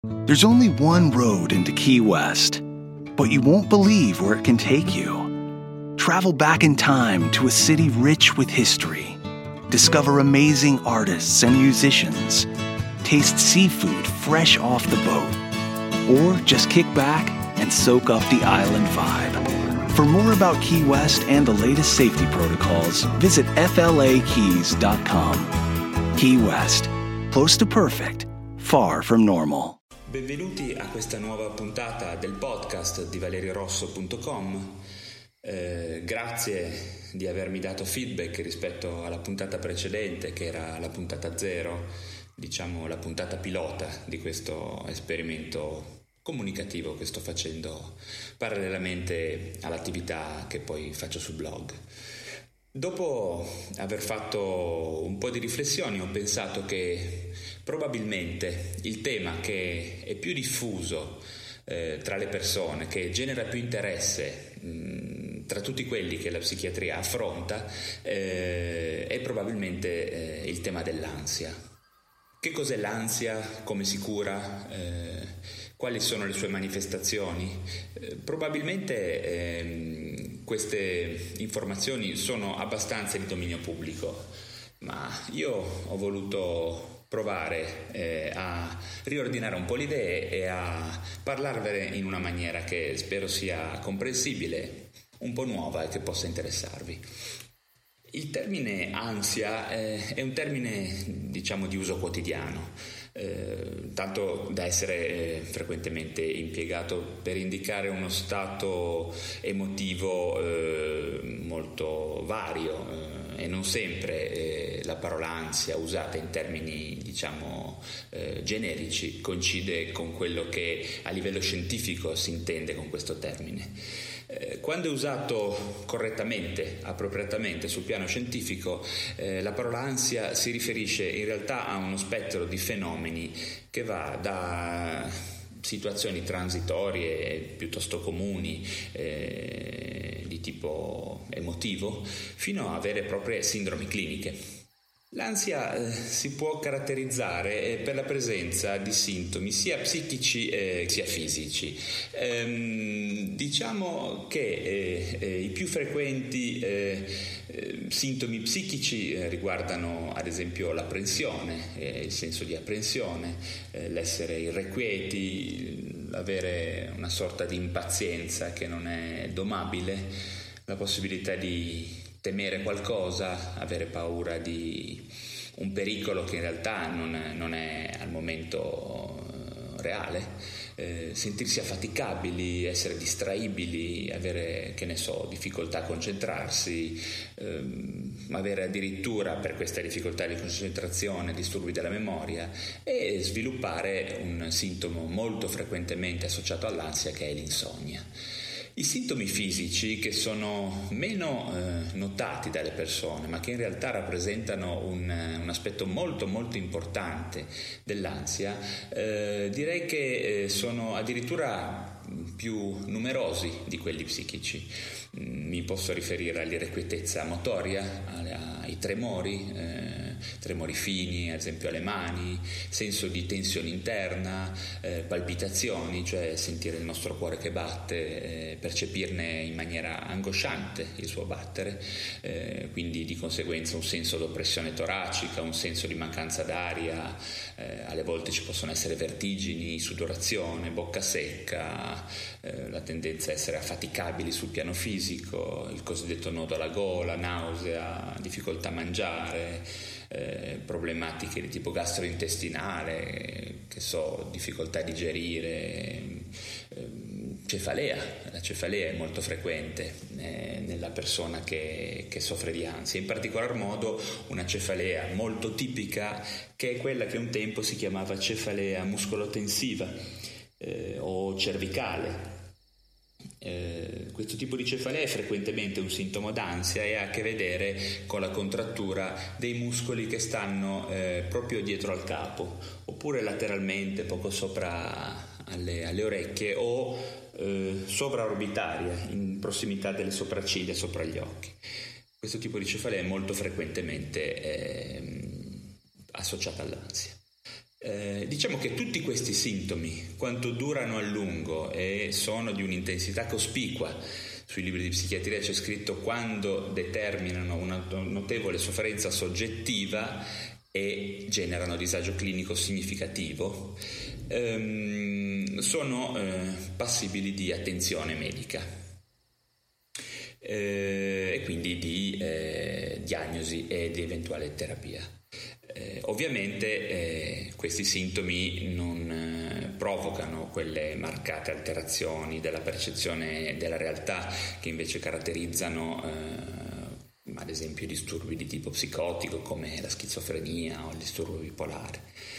There's only one road into Key West, but you won't believe where it can take you. Travel back in time to a city rich with history. Discover amazing artists and musicians. Taste seafood fresh off the boat. Or just kick back and soak up the island vibe. For more about Key West and the latest safety protocols, visit flakeys.com. Key West, close to perfect, far from normal. Benvenuti a questa nuova puntata del podcast di valeriorosso.com. Grazie di avermi dato feedback rispetto alla puntata precedente, che era la puntata 0, diciamo la puntata pilota di questo esperimento comunicativo che sto facendo parallelamente all'attività che poi faccio sul blog. Dopo aver fatto un po' di riflessioni ho pensato che probabilmente il tema che è più diffuso tra le persone, che genera più interesse tra tutti quelli che la psichiatria affronta, è probabilmente il tema dell'ansia. Che cos'è l'ansia? Come si cura? Quali sono le sue manifestazioni? Probabilmente queste informazioni sono abbastanza di dominio pubblico, ma io ho voluto provare a riordinare un po' le idee e a parlarvene in una maniera che spero sia comprensibile, un po' nuova e che possa interessarvi. Il termine ansia è un termine, diciamo, di uso quotidiano, tanto da essere frequentemente impiegato per indicare uno stato emotivo molto vario, e non sempre la parola ansia usata in termini, diciamo, generici coincide con quello che a livello scientifico si intende con questo termine. Quando è usato correttamente, appropriatamente sul piano scientifico, la parola ansia si riferisce in realtà a uno spettro di fenomeni che va da situazioni transitorie piuttosto comuni di tipo emotivo fino a vere e proprie sindromi cliniche. L'ansia si può caratterizzare per la presenza di sintomi sia psichici sia fisici. Diciamo che i più frequenti sintomi psichici riguardano ad esempio l'apprensione, il senso di apprensione, l'essere irrequieti, avere una sorta di impazienza che non è domabile, la possibilità di temere qualcosa, avere paura di un pericolo che in realtà non è al momento reale, sentirsi affaticabili, essere distraibili, avere, che ne so, difficoltà a concentrarsi, avere addirittura per questa difficoltà di concentrazione disturbi della memoria e sviluppare un sintomo molto frequentemente associato all'ansia che è l'insonnia. I sintomi fisici, che sono meno notati dalle persone, ma che in realtà rappresentano un aspetto molto molto importante dell'ansia, direi che sono addirittura più numerosi di quelli psichici. Mi posso riferire all'irrequietezza motoria, ai tremori, tremori fini, ad esempio alle mani, senso di tensione interna, palpitazioni, cioè sentire il nostro cuore che batte, percepirne in maniera angosciante il suo battere, quindi di conseguenza un senso di oppressione toracica, un senso di mancanza d'aria, alle volte ci possono essere vertigini, sudorazione, bocca secca, la tendenza a essere affaticabili sul piano fisico, il cosiddetto nodo alla gola, nausea, difficoltà a mangiare, problematiche di tipo gastrointestinale, che so, difficoltà a digerire, cefalea. La cefalea è molto frequente nella persona che soffre di ansia, in particolar modo una cefalea molto tipica che è quella che un tempo si chiamava cefalea muscolotensiva o cervicale. Questo tipo di cefalea è frequentemente un sintomo d'ansia e ha a che vedere con la contrattura dei muscoli che stanno proprio dietro al capo, oppure lateralmente poco sopra alle orecchie, o sovraorbitaria in prossimità delle sopracciglia, sopra gli occhi. Questo tipo di cefalea è molto frequentemente associata all'ansia. Diciamo che tutti questi sintomi, quanto durano a lungo e sono di un'intensità cospicua, sui libri di psichiatria c'è scritto quando determinano una notevole sofferenza soggettiva e generano disagio clinico significativo, sono passibili di attenzione medica e quindi di diagnosi e di eventuale terapia. Ovviamente questi sintomi non provocano quelle marcate alterazioni della percezione della realtà che invece caratterizzano ad esempio i disturbi di tipo psicotico come la schizofrenia o il disturbo bipolare.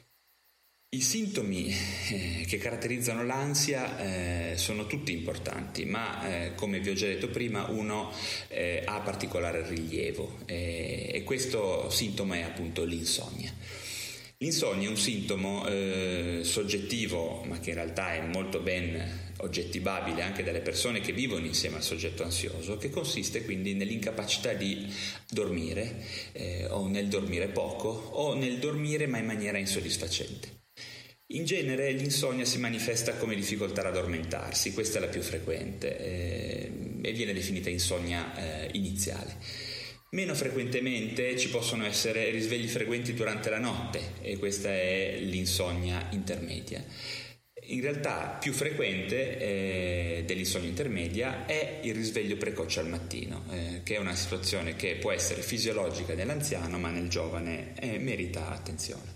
I sintomi che caratterizzano l'ansia sono tutti importanti, ma come vi ho già detto prima, uno ha particolare rilievo e questo sintomo è appunto l'insonnia. L'insonnia è un sintomo soggettivo, ma che in realtà è molto ben oggettivabile anche dalle persone che vivono insieme al soggetto ansioso, che consiste quindi nell'incapacità di dormire o nel dormire poco o nel dormire ma in maniera insoddisfacente. In genere l'insonnia si manifesta come difficoltà ad addormentarsi, questa è la più frequente e viene definita insonnia iniziale. Meno frequentemente ci possono essere risvegli frequenti durante la notte e questa è l'insonnia intermedia. In realtà più frequente dell'insonnia intermedia è il risveglio precoce al mattino, che è una situazione che può essere fisiologica nell'anziano ma nel giovane merita attenzione.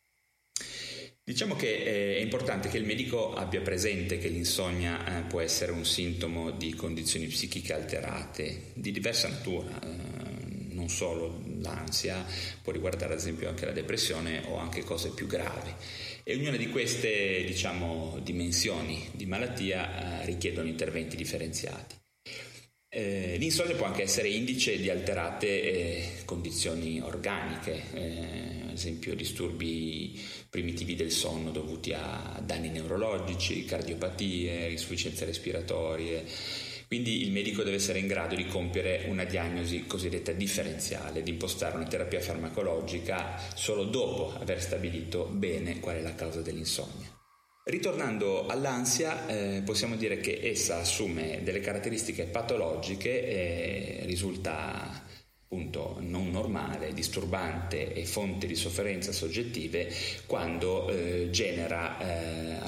Diciamo che è importante che il medico abbia presente che l'insonnia può essere un sintomo di condizioni psichiche alterate di diversa natura, non solo l'ansia, può riguardare ad esempio anche la depressione o anche cose più gravi. E ognuna di queste, dimensioni di malattia richiedono interventi differenziati. L'insonnia può anche essere indice di alterate condizioni organiche, ad esempio disturbi primitivi del sonno dovuti a danni neurologici, cardiopatie, insufficienze respiratorie. Quindi il medico deve essere in grado di compiere una diagnosi cosiddetta differenziale, di impostare una terapia farmacologica solo dopo aver stabilito bene qual è la causa dell'insonnia. Ritornando all'ansia, possiamo dire che essa assume delle caratteristiche patologiche e risulta appunto non normale, disturbante e fonte di sofferenza soggettive quando genera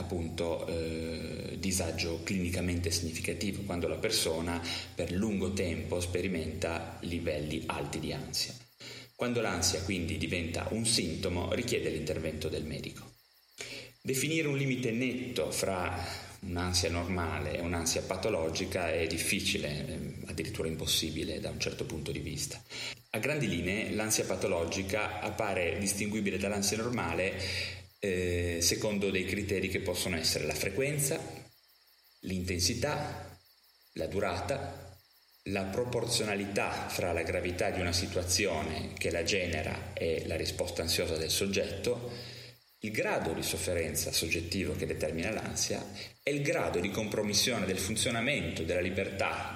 disagio clinicamente significativo, quando la persona per lungo tempo sperimenta livelli alti di ansia. Quando l'ansia quindi diventa un sintomo, richiede l'intervento del medico. Definire un limite netto fra un'ansia normale e un'ansia patologica è difficile, addirittura impossibile da un certo punto di vista. A grandi linee l'ansia patologica appare distinguibile dall'ansia normale secondo dei criteri che possono essere la frequenza, l'intensità, la durata, la proporzionalità fra la gravità di una situazione che la genera e la risposta ansiosa del soggetto, il grado di sofferenza soggettivo che determina l'ansia e il grado di compromissione del funzionamento, della libertà,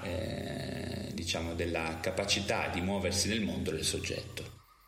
della capacità di muoversi nel mondo del soggetto.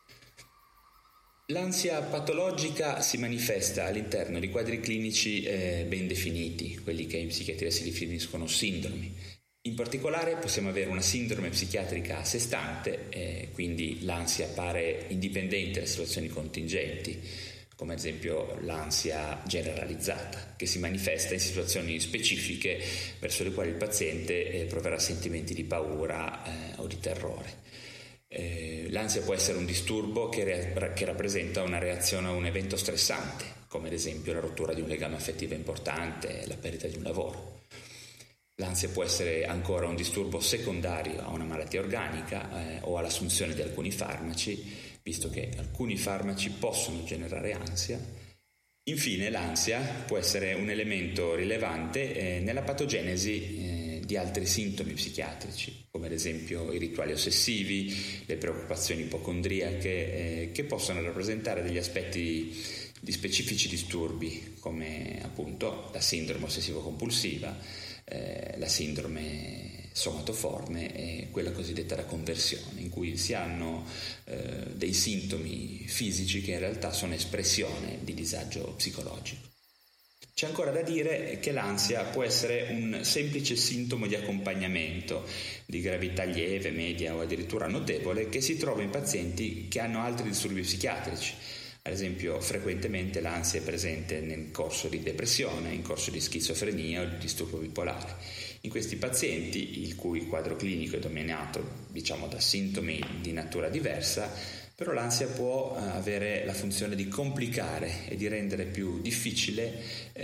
L'ansia patologica si manifesta all'interno di quadri clinici ben definiti, quelli che in psichiatria si definiscono sindromi. In particolare possiamo avere una sindrome psichiatrica a sé stante, quindi l'ansia appare indipendente da situazioni contingenti, come ad esempio l'ansia generalizzata, che si manifesta in situazioni specifiche verso le quali il paziente proverà sentimenti di paura o di terrore. L'ansia può essere un disturbo che rappresenta una reazione a un evento stressante, come ad esempio la rottura di un legame affettivo importante, la perdita di un lavoro. L'ansia può essere ancora un disturbo secondario a una malattia organica o all'assunzione di alcuni farmaci, visto che alcuni farmaci possono generare ansia. Infine, l'ansia può essere un elemento rilevante nella patogenesi di altri sintomi psichiatrici, come ad esempio i rituali ossessivi, le preoccupazioni ipocondriache, che possono rappresentare degli aspetti di specifici disturbi, come appunto la sindrome ossessivo-compulsiva, la sindrome somatoforme e quella cosiddetta da conversione, in cui si hanno dei sintomi fisici che in realtà sono espressione di disagio psicologico. C'è ancora da dire che l'ansia può essere un semplice sintomo di accompagnamento di gravità lieve, media o addirittura notevole che si trova in pazienti che hanno altri disturbi psichiatrici. Ad esempio, frequentemente l'ansia è presente nel corso di depressione, in corso di schizofrenia o di disturbo bipolare. In questi pazienti, il cui quadro clinico è dominato, da sintomi di natura diversa, però l'ansia può avere la funzione di complicare e di rendere più difficile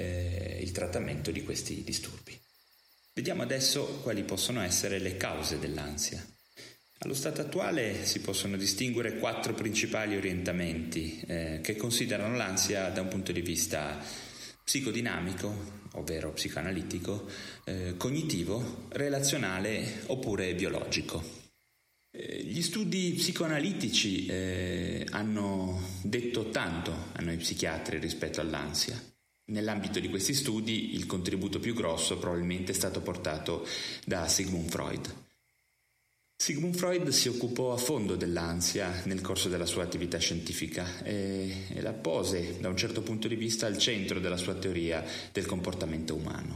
il trattamento di questi disturbi. Vediamo adesso quali possono essere le cause dell'ansia. Allo stato attuale si possono distinguere 4 principali orientamenti che considerano l'ansia da un punto di vista psicodinamico, ovvero psicoanalitico, cognitivo, relazionale oppure biologico. Gli studi psicoanalitici hanno detto tanto a noi psichiatri rispetto all'ansia. Nell'ambito di questi studi il contributo più grosso probabilmente è stato portato da Sigmund Freud. Sigmund Freud si occupò a fondo dell'ansia nel corso della sua attività scientifica e la pose da un certo punto di vista al centro della sua teoria del comportamento umano.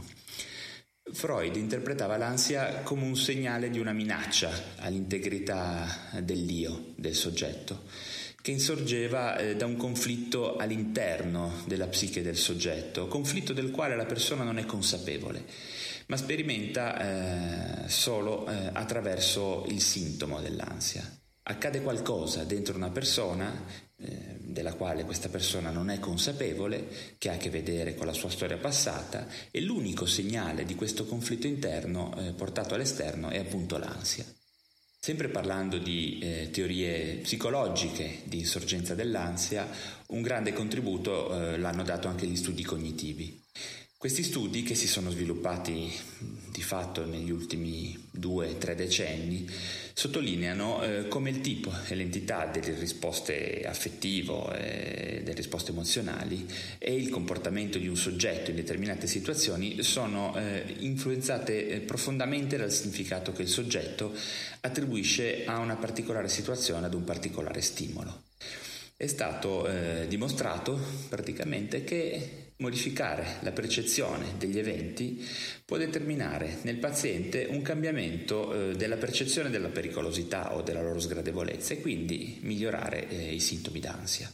Freud interpretava l'ansia come un segnale di una minaccia all'integrità dell'io, del soggetto, che insorgeva da un conflitto all'interno della psiche del soggetto, conflitto del quale la persona non è consapevole, ma sperimenta solo attraverso il sintomo dell'ansia. Accade qualcosa dentro una persona della quale questa persona non è consapevole, che ha a che vedere con la sua storia passata, e l'unico segnale di questo conflitto interno portato all'esterno è appunto l'ansia. Sempre parlando di teorie psicologiche di insorgenza dell'ansia, un grande contributo l'hanno dato anche gli studi cognitivi. Questi studi, che si sono sviluppati di fatto negli ultimi 2-3 decenni, sottolineano come il tipo e l'entità delle risposte affettivo e delle risposte emozionali e il comportamento di un soggetto in determinate situazioni sono influenzate profondamente dal significato che il soggetto attribuisce a una particolare situazione, ad un particolare stimolo. È stato dimostrato praticamente che modificare la percezione degli eventi può determinare nel paziente un cambiamento della percezione della pericolosità o della loro sgradevolezza e quindi migliorare i sintomi d'ansia.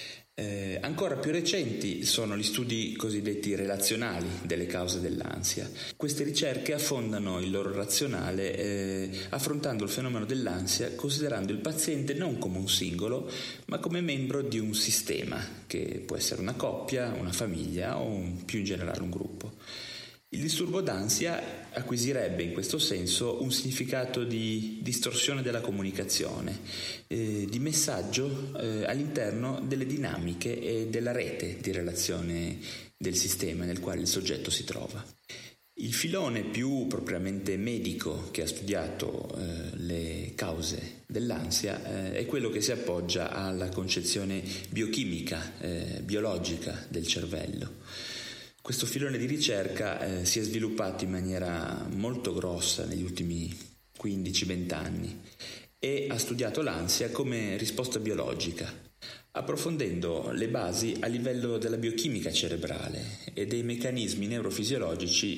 Ancora più recenti sono gli studi cosiddetti relazionali delle cause dell'ansia. Queste ricerche affondano il loro razionale affrontando il fenomeno dell'ansia considerando il paziente non come un singolo ma come membro di un sistema che può essere una coppia, una famiglia o più in generale un gruppo. Il disturbo d'ansia acquisirebbe in questo senso un significato di distorsione della comunicazione, di messaggio all'interno delle dinamiche e della rete di relazione del sistema nel quale il soggetto si trova. Il filone più propriamente medico che ha studiato le cause dell'ansia è quello che si appoggia alla concezione biochimica, biologica del cervello. Questo filone di ricerca si è sviluppato in maniera molto grossa negli ultimi 15-20 anni e ha studiato l'ansia come risposta biologica, approfondendo le basi a livello della biochimica cerebrale e dei meccanismi neurofisiologici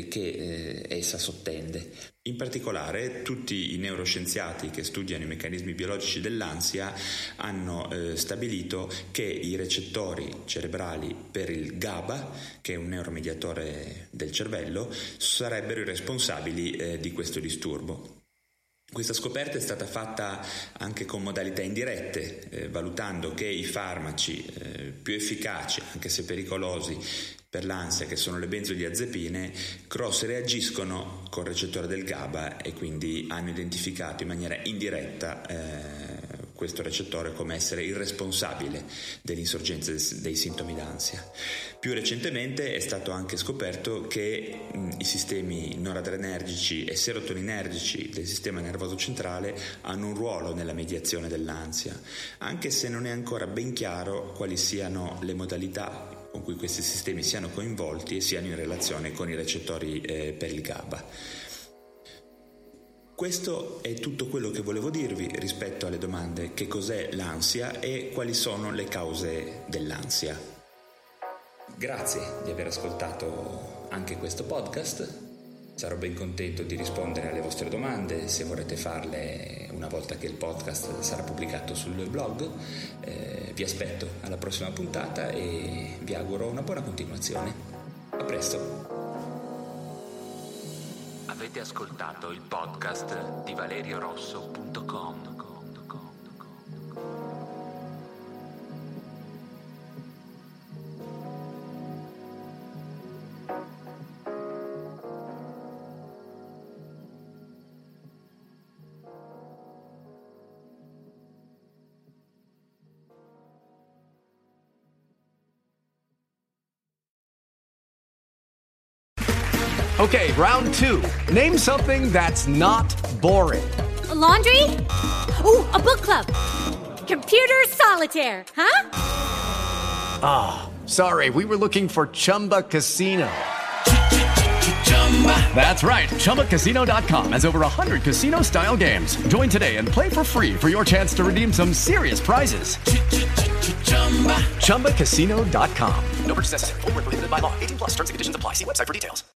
che essa sottende. In particolare, tutti i neuroscienziati che studiano i meccanismi biologici dell'ansia hanno stabilito che i recettori cerebrali per il GABA, che è un neuromediatore del cervello, sarebbero i responsabili di questo disturbo. Questa scoperta è stata fatta anche con modalità indirette, valutando che i farmaci più efficaci, anche se pericolosi, per l'ansia, che sono le benzodiazepine, cross reagiscono col recettore del GABA e quindi hanno identificato in maniera indiretta questo recettore come essere il responsabile dell'insorgenza dei sintomi d'ansia. Più recentemente è stato anche scoperto che i sistemi noradrenergici e serotoninergici del sistema nervoso centrale hanno un ruolo nella mediazione dell'ansia, anche se non è ancora ben chiaro quali siano le modalità con cui questi sistemi siano coinvolti e siano in relazione con i recettori per il GABA. Questo è tutto quello che volevo dirvi rispetto alle domande: che cos'è l'ansia e quali sono le cause dell'ansia. Grazie di aver ascoltato anche questo podcast. Sarò ben contento di rispondere alle vostre domande se vorrete farle una volta che il podcast sarà pubblicato sul blog. Vi aspetto alla prossima puntata e vi auguro una buona continuazione. A presto. Avete ascoltato il podcast di valeriorosso.com. Okay, round two. Name something that's not boring. A laundry? Ooh, a book club. Computer solitaire, huh? Ah, sorry, we were looking for Chumba Casino. That's right, ChumbaCasino.com has over 100 casino-style games. Join today and play for free for your chance to redeem some serious prizes. ChumbaCasino.com. No purchase necessary. Void where prohibited by law. 18+ terms and conditions apply. See website for details.